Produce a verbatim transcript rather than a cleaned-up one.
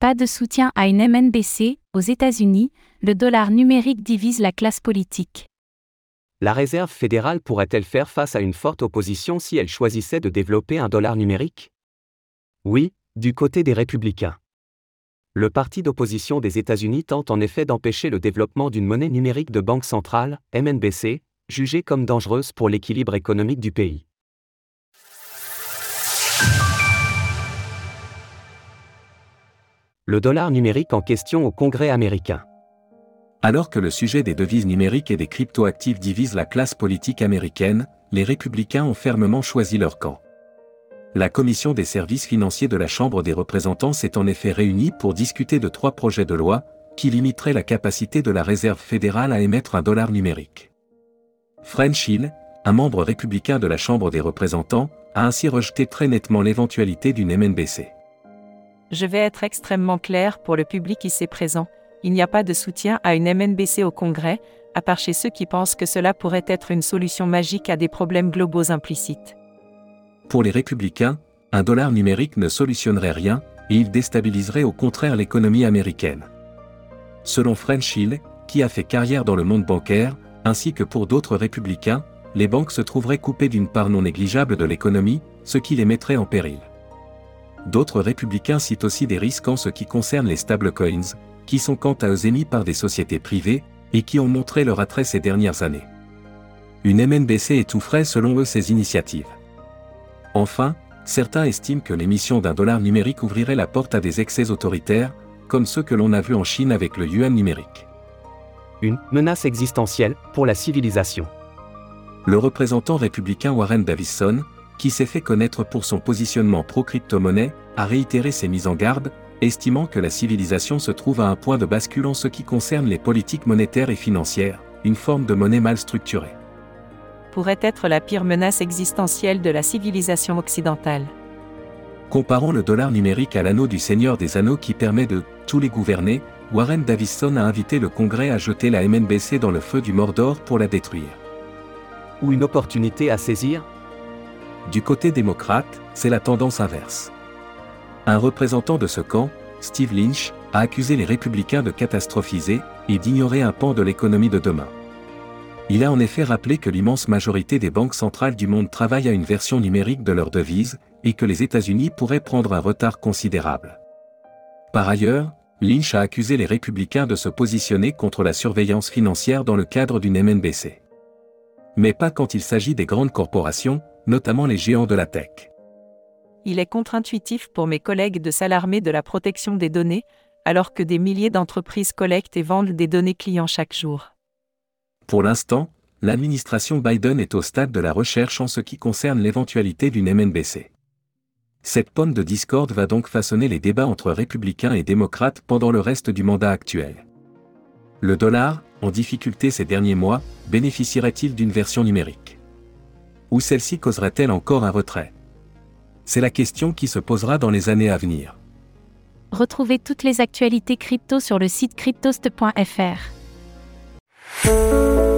Pas de soutien à une M N B C, aux États-Unis, le dollar numérique divise la classe politique. La Réserve fédérale pourrait-elle faire face à une forte opposition si elle choisissait de développer un dollar numérique? Oui, du côté des républicains. Le parti d'opposition des États-Unis tente en effet d'empêcher le développement d'une monnaie numérique de banque centrale, M N B C, jugée comme dangereuse pour l'équilibre économique du pays. Le dollar numérique en question au Congrès américain. Alors que le sujet des devises numériques et des cryptoactifs divise la classe politique américaine, les républicains ont fermement choisi leur camp. La Commission des services financiers de la Chambre des représentants s'est en effet réunie pour discuter de trois projets de loi qui limiteraient la capacité de la Réserve fédérale à émettre un dollar numérique. French Hill, un membre républicain de la Chambre des représentants, a ainsi rejeté très nettement l'éventualité d'une M N B C. Je vais être extrêmement clair pour le public ici présent. Il n'y a pas de soutien à une M N B C au Congrès, à part chez ceux qui pensent que cela pourrait être une solution magique à des problèmes globaux implicites. Pour les républicains, un dollar numérique ne solutionnerait rien, et il déstabiliserait au contraire l'économie américaine. Selon French Hill, qui a fait carrière dans le monde bancaire, ainsi que pour d'autres républicains, les banques se trouveraient coupées d'une part non négligeable de l'économie, ce qui les mettrait en péril. D'autres républicains citent aussi des risques en ce qui concerne les stablecoins, qui sont quant à eux émis par des sociétés privées, et qui ont montré leur attrait ces dernières années. Une M N B C étoufferait selon eux ces initiatives. Enfin, certains estiment que l'émission d'un dollar numérique ouvrirait la porte à des excès autoritaires, comme ceux que l'on a vus en Chine avec le yuan numérique. Une menace existentielle pour la civilisation. Le représentant républicain Warren Davidson, qui s'est fait connaître pour son positionnement pro-crypto-monnaie, a réitéré ses mises en garde, estimant que la civilisation se trouve à un point de bascule en ce qui concerne les politiques monétaires et financières, une forme de monnaie mal structurée. Pourrait être la pire menace existentielle de la civilisation occidentale. Comparant le dollar numérique à l'anneau du Seigneur des Anneaux qui permet de « tous les gouverner », Warren Davidson a invité le Congrès à jeter la M N B C dans le feu du Mordor pour la détruire. Ou une opportunité à saisir? Du côté démocrate, c'est la tendance inverse. Un représentant de ce camp, Steve Lynch, a accusé les républicains de catastrophiser et d'ignorer un pan de l'économie de demain. Il a en effet rappelé que l'immense majorité des banques centrales du monde travaillent à une version numérique de leur devise, et que les États-Unis pourraient prendre un retard considérable. Par ailleurs, Lynch a accusé les républicains de se positionner contre la surveillance financière dans le cadre d'une M N B C. Mais pas quand il s'agit des grandes corporations, notamment les géants de la tech. Il est contre-intuitif pour mes collègues de s'alarmer de la protection des données, alors que des milliers d'entreprises collectent et vendent des données clients chaque jour. Pour l'instant, l'administration Biden est au stade de la recherche en ce qui concerne l'éventualité d'une M N B C. Cette pomme de discorde va donc façonner les débats entre républicains et démocrates pendant le reste du mandat actuel. Le dollar, en difficulté ces derniers mois, bénéficierait-il d'une version numérique? Ou celle-ci causerait-elle encore un retrait? C'est la question qui se posera dans les années à venir. Retrouvez toutes les actualités crypto sur le site cryptost point f r.